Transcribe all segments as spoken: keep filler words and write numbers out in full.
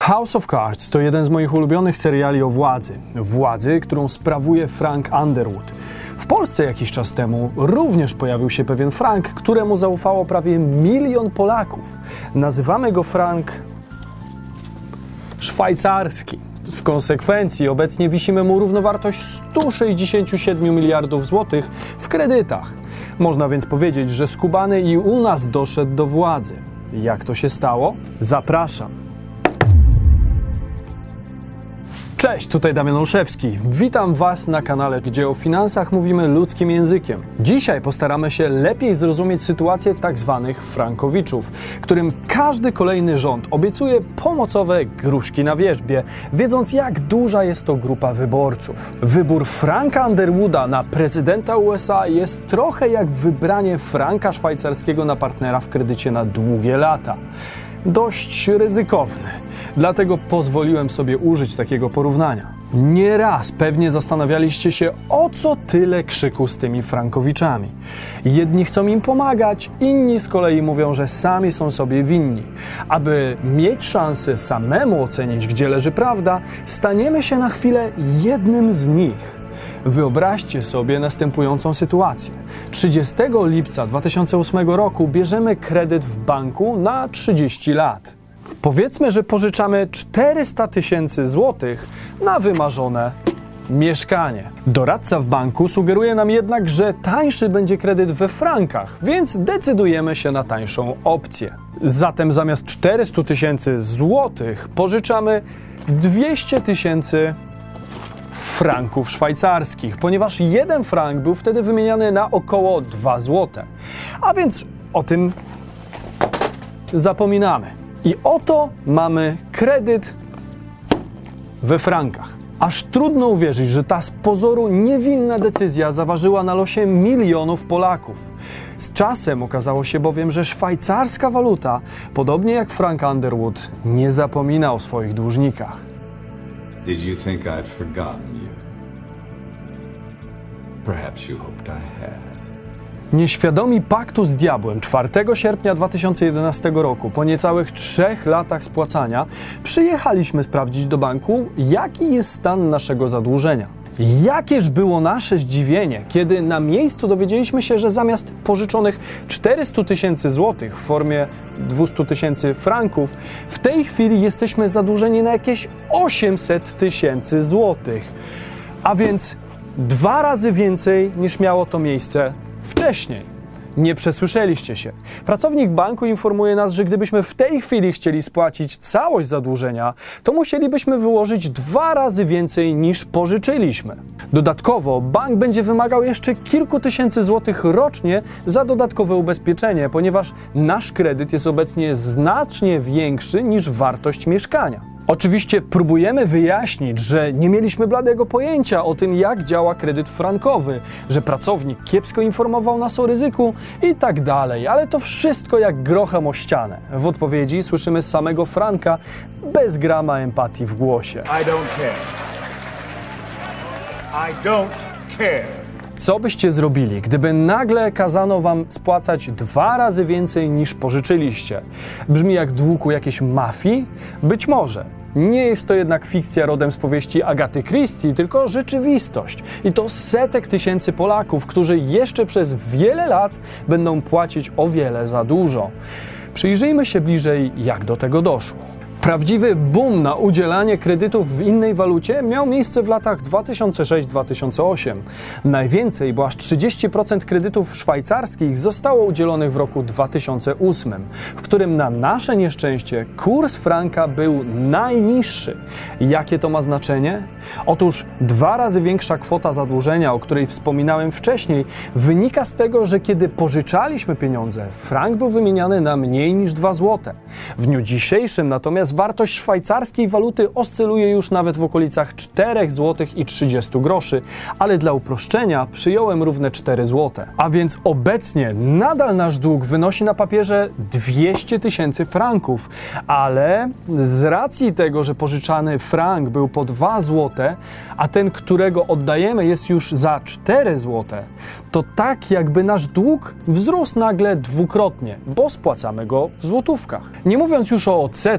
House of Cards to jeden z moich ulubionych seriali o władzy. Władzy, którą sprawuje Frank Underwood. W Polsce jakiś czas temu również pojawił się pewien Frank, któremu zaufało prawie milion Polaków. Nazywamy go Frank Szwajcarski. W konsekwencji obecnie wisimy mu równowartość sto sześćdziesiąt siedem miliardów złotych w kredytach. Można więc powiedzieć, że skubany i u nas doszedł do władzy. Jak to się stało? Zapraszam. Cześć, tutaj Damian Olszewski. Witam Was na kanale, gdzie o finansach mówimy ludzkim językiem. Dzisiaj postaramy się lepiej zrozumieć sytuację tak zwanych frankowiczów, którym każdy kolejny rząd obiecuje pomocowe gruszki na wierzbie, wiedząc, jak duża jest to grupa wyborców. Wybór Franka Underwooda na prezydenta U S A jest trochę jak wybranie franka szwajcarskiego na partnera w kredycie na długie lata. Dość ryzykowny. Dlatego pozwoliłem sobie użyć takiego porównania. Nieraz pewnie zastanawialiście się, o co tyle krzyku z tymi frankowiczami. Jedni chcą im pomagać, inni z kolei mówią, że sami są sobie winni. Aby mieć szansę samemu ocenić, gdzie leży prawda, staniemy się na chwilę jednym z nich. Wyobraźcie sobie następującą sytuację. trzydziestego lipca dwa tysiące ósmego roku bierzemy kredyt w banku na trzydzieści lat. Powiedzmy, że pożyczamy czterysta tysięcy złotych na wymarzone mieszkanie. Doradca w banku sugeruje nam jednak, że tańszy będzie kredyt we frankach, więc decydujemy się na tańszą opcję. Zatem zamiast czterysta tysięcy złotych pożyczamy dwieście tysięcy franków szwajcarskich, ponieważ jeden frank był wtedy wymieniany na około dwa złote. A więc o tym zapominamy. I oto mamy kredyt we frankach. Aż trudno uwierzyć, że ta z pozoru niewinna decyzja zaważyła na losie milionów Polaków. Z czasem okazało się bowiem, że szwajcarska waluta, podobnie jak Frank Underwood, nie zapomina o swoich dłużnikach. Did you think I'd forgotten you? Perhaps you hoped I had. Nieświadomi paktu z diabłem czwartego sierpnia dwa tysiące jedenastego roku, po niecałych trzech latach spłacania, przyjechaliśmy sprawdzić do banku, jaki jest stan naszego zadłużenia. Jakież było nasze zdziwienie, kiedy na miejscu dowiedzieliśmy się, że zamiast pożyczonych czterysta tysięcy złotych w formie dwieście tysięcy franków, w tej chwili jesteśmy zadłużeni na jakieś osiemset tysięcy złotych. A więc dwa razy więcej niż miało to miejsce wcześniej. Nie przesłyszeliście się. Pracownik banku informuje nas, że gdybyśmy w tej chwili chcieli spłacić całość zadłużenia, to musielibyśmy wyłożyć dwa razy więcej niż pożyczyliśmy. Dodatkowo bank będzie wymagał jeszcze kilku tysięcy złotych rocznie za dodatkowe ubezpieczenie, ponieważ nasz kredyt jest obecnie znacznie większy niż wartość mieszkania. Oczywiście próbujemy wyjaśnić, że nie mieliśmy bladego pojęcia o tym, jak działa kredyt frankowy, że pracownik kiepsko informował nas o ryzyku i tak dalej, ale to wszystko jak grochem o ścianę. W odpowiedzi słyszymy samego Franka bez grama empatii w głosie. I don't care. I don't care. Co byście zrobili, gdyby nagle kazano wam spłacać dwa razy więcej niż pożyczyliście? Brzmi jak dług u jakiejś mafii? Być może. Nie jest to jednak fikcja rodem z powieści Agaty Christie, tylko rzeczywistość. I to setek tysięcy Polaków, którzy jeszcze przez wiele lat będą płacić o wiele za dużo. Przyjrzyjmy się bliżej, jak do tego doszło. Prawdziwy boom na udzielanie kredytów w innej walucie miał miejsce w latach dwa tysiące szóstym do dwa tysiące ósmego. Najwięcej, bo aż trzydzieści procent kredytów szwajcarskich zostało udzielonych w roku dwa tysiące ósmym, w którym na nasze nieszczęście kurs franka był najniższy. Jakie to ma znaczenie? Otóż dwa razy większa kwota zadłużenia, o której wspominałem wcześniej, wynika z tego, że kiedy pożyczaliśmy pieniądze, frank był wymieniany na mniej niż dwa złote. W dniu dzisiejszym natomiast wartość szwajcarskiej waluty oscyluje już nawet w okolicach czterech złotych i trzydziestu groszy, ale dla uproszczenia przyjąłem równe cztery złote. A więc obecnie nadal nasz dług wynosi na papierze dwieście tysięcy franków, ale z racji tego, że pożyczany frank był po dwa złote, a ten, którego oddajemy, jest już za cztery złote, to tak jakby nasz dług wzrósł nagle dwukrotnie, bo spłacamy go w złotówkach. Nie mówiąc już o odsetkach, które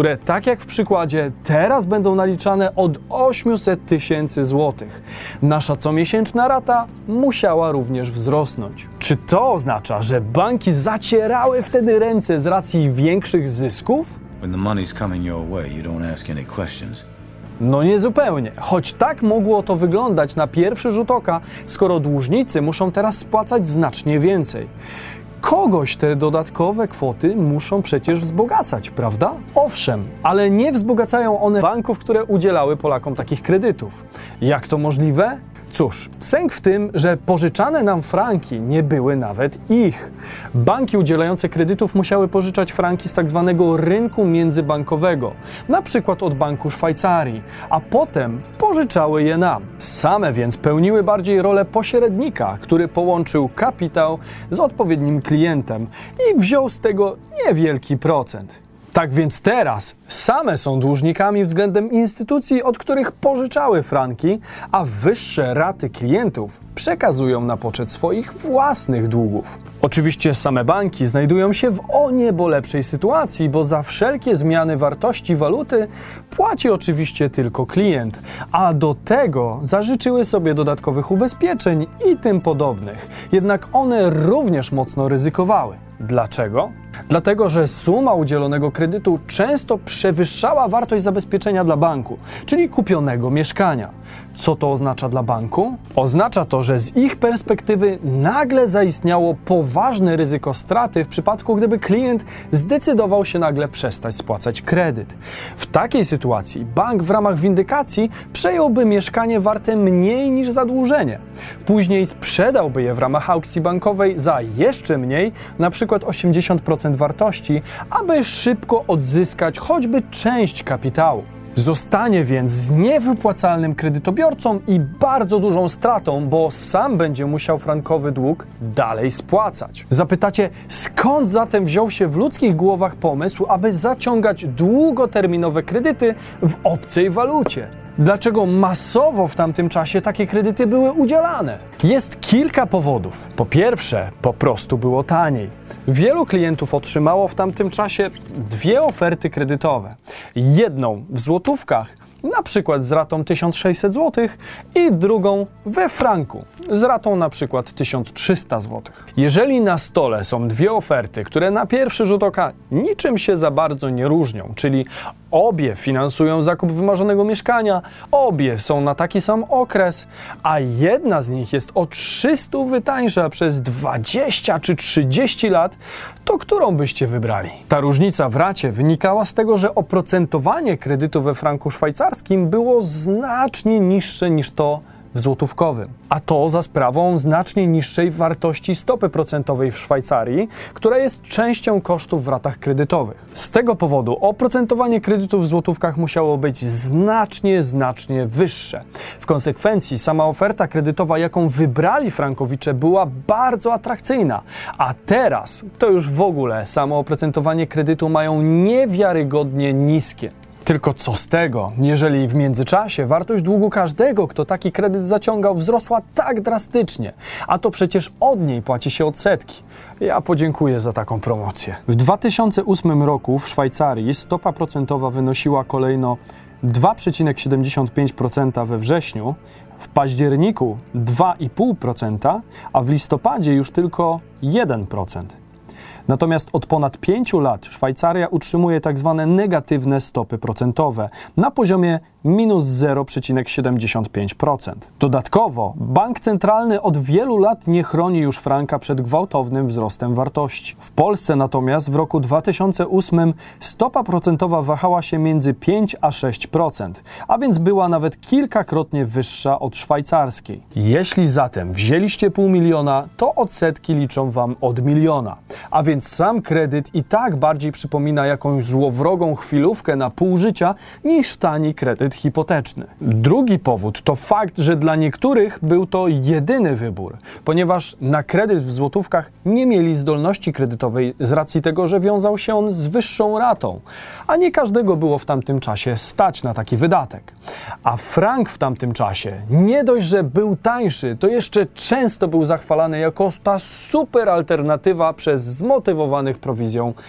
które, tak jak w przykładzie, teraz będą naliczane od osiemset tysięcy złotych. Nasza comiesięczna rata musiała również wzrosnąć. Czy to oznacza, że banki zacierały wtedy ręce z racji większych zysków? When the money's coming your way, you don't ask any questions. No niezupełnie, choć tak mogło to wyglądać na pierwszy rzut oka, skoro dłużnicy muszą teraz spłacać znacznie więcej. Kogoś te dodatkowe kwoty muszą przecież wzbogacać, prawda? Owszem, ale nie wzbogacają one banków, które udzielały Polakom takich kredytów. Jak to możliwe? Cóż, sęk w tym, że pożyczane nam franki nie były nawet ich. Banki udzielające kredytów musiały pożyczać franki z tak zwanego rynku międzybankowego, na przykład od Banku Szwajcarii, a potem pożyczały je nam. Same więc pełniły bardziej rolę pośrednika, który połączył kapitał z odpowiednim klientem i wziął z tego niewielki procent. Tak więc teraz same są dłużnikami względem instytucji, od których pożyczały franki, a wyższe raty klientów przekazują na poczet swoich własnych długów. Oczywiście same banki znajdują się w o niebo lepszej sytuacji, bo za wszelkie zmiany wartości waluty płaci oczywiście tylko klient, a do tego zażyczyły sobie dodatkowych ubezpieczeń i tym podobnych. Jednak one również mocno ryzykowały. Dlaczego? Dlatego, że suma udzielonego kredytu często przewyższała wartość zabezpieczenia dla banku, czyli kupionego mieszkania. Co to oznacza dla banku? Oznacza to, że z ich perspektywy nagle zaistniało poważne ryzyko straty w przypadku, gdyby klient zdecydował się nagle przestać spłacać kredyt. W takiej sytuacji bank w ramach windykacji przejąłby mieszkanie warte mniej niż zadłużenie. Później sprzedałby je w ramach aukcji bankowej za jeszcze mniej, na przykład osiemdziesiąt procent wartości, aby szybko odzyskać choćby część kapitału. Zostanie więc z niewypłacalnym kredytobiorcą i bardzo dużą stratą, bo sam będzie musiał frankowy dług dalej spłacać. Zapytacie, skąd zatem wziął się w ludzkich głowach pomysł, aby zaciągać długoterminowe kredyty w obcej walucie? Dlaczego masowo w tamtym czasie takie kredyty były udzielane? Jest kilka powodów. Po pierwsze, po prostu było taniej. Wielu klientów otrzymało w tamtym czasie dwie oferty kredytowe. Jedną w złotówkach, na przykład z ratą tysiąc sześćset złotych, i drugą we franku z ratą na przykład tysiąc trzysta złotych. Jeżeli na stole są dwie oferty, które na pierwszy rzut oka niczym się za bardzo nie różnią, czyli obie finansują zakup wymarzonego mieszkania, obie są na taki sam okres, a jedna z nich jest o trzysta wytańsza przez dwadzieścia czy trzydzieści lat, to którą byście wybrali? Ta różnica w racie wynikała z tego, że oprocentowanie kredytu we franku szwajcarskim było znacznie niższe niż to w złotówkowym, a to za sprawą znacznie niższej wartości stopy procentowej w Szwajcarii, która jest częścią kosztów w ratach kredytowych. Z tego powodu oprocentowanie kredytów w złotówkach musiało być znacznie, znacznie wyższe. W konsekwencji sama oferta kredytowa, jaką wybrali frankowicze, była bardzo atrakcyjna, a teraz to już w ogóle samo oprocentowanie kredytu mają niewiarygodnie niskie. Tylko co z tego, jeżeli w międzyczasie wartość długu każdego, kto taki kredyt zaciągał, wzrosła tak drastycznie, a to przecież od niej płaci się odsetki. Ja podziękuję za taką promocję. W dwa tysiące ósmym roku w Szwajcarii stopa procentowa wynosiła kolejno dwa przecinek siedemdziesiąt pięć procent we wrześniu, w październiku dwa i pół procent, a w listopadzie już tylko jeden procent. Natomiast od ponad pięciu lat Szwajcaria utrzymuje tak zwane negatywne stopy procentowe na poziomie minus zero przecinek siedemdziesiąt pięć procent. Dodatkowo bank centralny od wielu lat nie chroni już franka przed gwałtownym wzrostem wartości. W Polsce natomiast w roku dwa tysiące ósmym stopa procentowa wahała się między pięć a sześć procent, a więc była nawet kilkakrotnie wyższa od szwajcarskiej. Jeśli zatem wzięliście pół miliona, to odsetki liczą Wam od miliona, a więc sam kredyt i tak bardziej przypomina jakąś złowrogą chwilówkę na pół życia niż tani kredyt hipoteczny. Drugi powód to fakt, że dla niektórych był to jedyny wybór, ponieważ na kredyt w złotówkach nie mieli zdolności kredytowej z racji tego, że wiązał się on z wyższą ratą, a nie każdego było w tamtym czasie stać na taki wydatek. A frank w tamtym czasie nie dość, że był tańszy, to jeszcze często był zachwalany jako ta super alternatywa przez zmotywowanych prowizją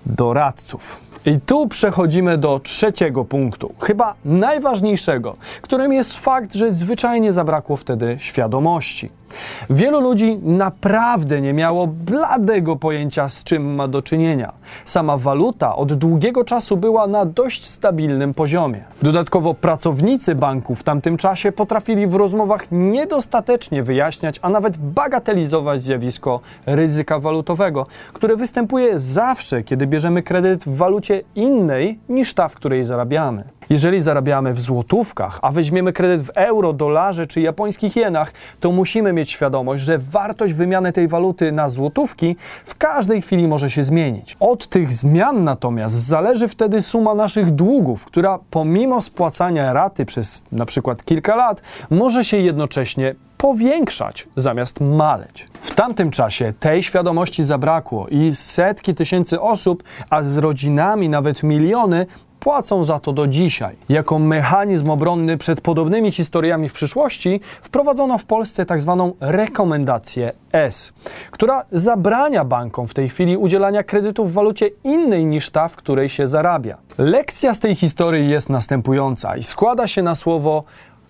doradców. I tu przechodzimy do trzeciego punktu, chyba najważniejszego, którym jest fakt, że zwyczajnie zabrakło wtedy świadomości. Wielu ludzi naprawdę nie miało bladego pojęcia, z czym ma do czynienia. Sama waluta od długiego czasu była na dość stabilnym poziomie. Dodatkowo pracownicy banków w tamtym czasie potrafili w rozmowach niedostatecznie wyjaśniać, a nawet bagatelizować zjawisko ryzyka walutowego, które występuje zawsze, kiedy bierzemy kredyt w walucie innej niż ta, w której zarabiamy. Jeżeli zarabiamy w złotówkach, a weźmiemy kredyt w euro, dolarze czy japońskich jenach, to musimy mieć świadomość, że wartość wymiany tej waluty na złotówki w każdej chwili może się zmienić. Od tych zmian natomiast zależy wtedy suma naszych długów, która pomimo spłacania raty przez na przykład kilka lat może się jednocześnie powiększać zamiast maleć. W tamtym czasie tej świadomości zabrakło i setki tysięcy osób, a z rodzinami nawet miliony, płacą za to do dzisiaj. Jako mechanizm obronny przed podobnymi historiami w przyszłości wprowadzono w Polsce tak zwaną rekomendację S, która zabrania bankom w tej chwili udzielania kredytów w walucie innej niż ta, w której się zarabia. Lekcja z tej historii jest następująca i składa się na słowo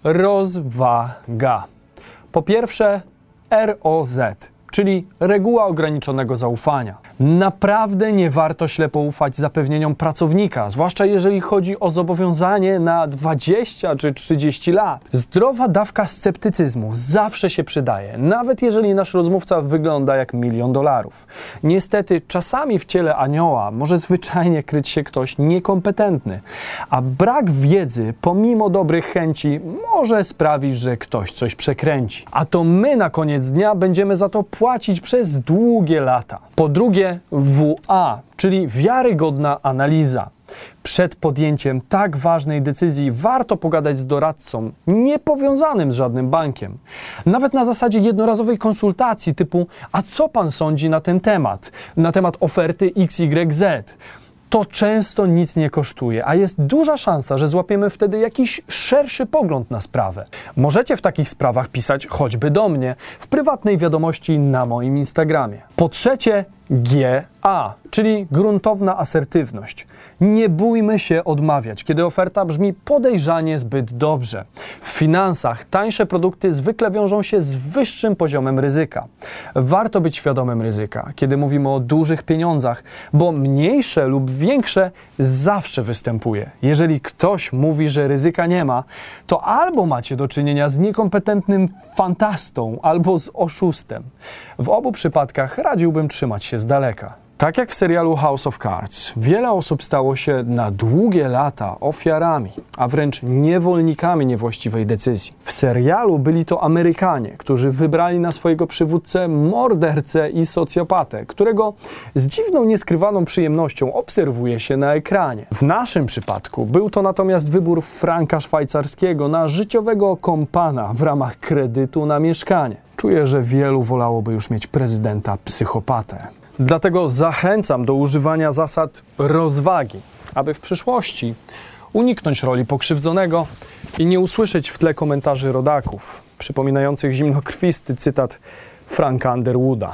rozwaga. Po pierwsze R O Z, czyli reguła ograniczonego zaufania. Naprawdę nie warto ślepo ufać zapewnieniom pracownika, zwłaszcza jeżeli chodzi o zobowiązanie na dwadzieścia czy trzydzieści lat. Zdrowa dawka sceptycyzmu zawsze się przydaje, nawet jeżeli nasz rozmówca wygląda jak milion dolarów. Niestety czasami w ciele anioła może zwyczajnie kryć się ktoś niekompetentny, a brak wiedzy pomimo dobrych chęci może sprawić, że ktoś coś przekręci. A to my na koniec dnia będziemy za to płacić przez długie lata. Po drugie W A, czyli wiarygodna analiza. Przed podjęciem tak ważnej decyzji warto pogadać z doradcą niepowiązanym z żadnym bankiem. Nawet na zasadzie jednorazowej konsultacji typu a co pan sądzi na ten temat, na temat oferty X Y Z. To często nic nie kosztuje, a jest duża szansa, że złapiemy wtedy jakiś szerszy pogląd na sprawę. Możecie w takich sprawach pisać choćby do mnie w prywatnej wiadomości na moim Instagramie. Po trzecie G A, czyli gruntowna asertywność. Nie bójmy się odmawiać, kiedy oferta brzmi podejrzanie zbyt dobrze. W finansach tańsze produkty zwykle wiążą się z wyższym poziomem ryzyka. Warto być świadomym ryzyka, kiedy mówimy o dużych pieniądzach, bo mniejsze lub większe zawsze występuje. Jeżeli ktoś mówi, że ryzyka nie ma, to albo macie do czynienia z niekompetentnym fantastą, albo z oszustem. W obu przypadkach radziłbym trzymać się z daleka. Tak jak w serialu House of Cards, wiele osób stało się na długie lata ofiarami, a wręcz niewolnikami niewłaściwej decyzji. W serialu byli to Amerykanie, którzy wybrali na swojego przywódcę mordercę i socjopatę, którego z dziwną, nieskrywaną przyjemnością obserwuje się na ekranie. W naszym przypadku był to natomiast wybór franka szwajcarskiego na życiowego kompana w ramach kredytu na mieszkanie. Czuję, że wielu wolałoby już mieć prezydenta psychopatę. Dlatego zachęcam do używania zasad rozwagi, aby w przyszłości uniknąć roli pokrzywdzonego i nie usłyszeć w tle komentarzy rodaków, przypominających zimnokrwisty cytat Franka Underwooda.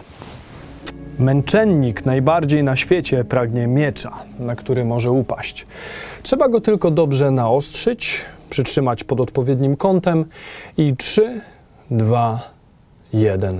Męczennik najbardziej na świecie pragnie miecza, na który może upaść. Trzeba go tylko dobrze naostrzyć, przytrzymać pod odpowiednim kątem i trzy, dwa, jeden.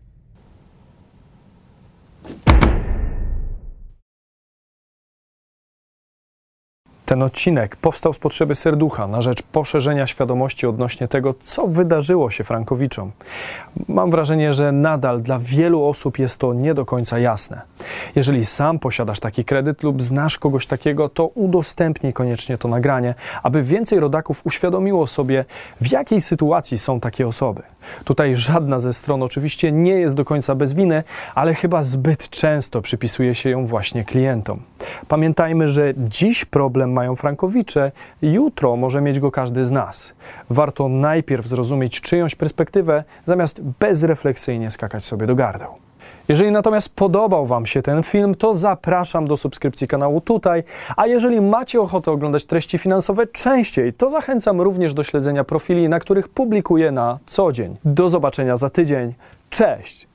Ten odcinek powstał z potrzeby serducha na rzecz poszerzenia świadomości odnośnie tego, co wydarzyło się Frankowiczom. Mam wrażenie, że nadal dla wielu osób jest to nie do końca jasne. Jeżeli sam posiadasz taki kredyt lub znasz kogoś takiego, to udostępnij koniecznie to nagranie, aby więcej rodaków uświadomiło sobie, w jakiej sytuacji są takie osoby. Tutaj żadna ze stron oczywiście nie jest do końca bez winy, ale chyba zbyt często przypisuje się ją właśnie klientom. Pamiętajmy, że dziś problem mają Frankowicze, jutro może mieć go każdy z nas. Warto najpierw zrozumieć czyjąś perspektywę, zamiast bezrefleksyjnie skakać sobie do gardeł. Jeżeli natomiast podobał Wam się ten film, to zapraszam do subskrypcji kanału tutaj, a jeżeli macie ochotę oglądać treści finansowe częściej, to zachęcam również do śledzenia profili, na których publikuję na co dzień. Do zobaczenia za tydzień. Cześć!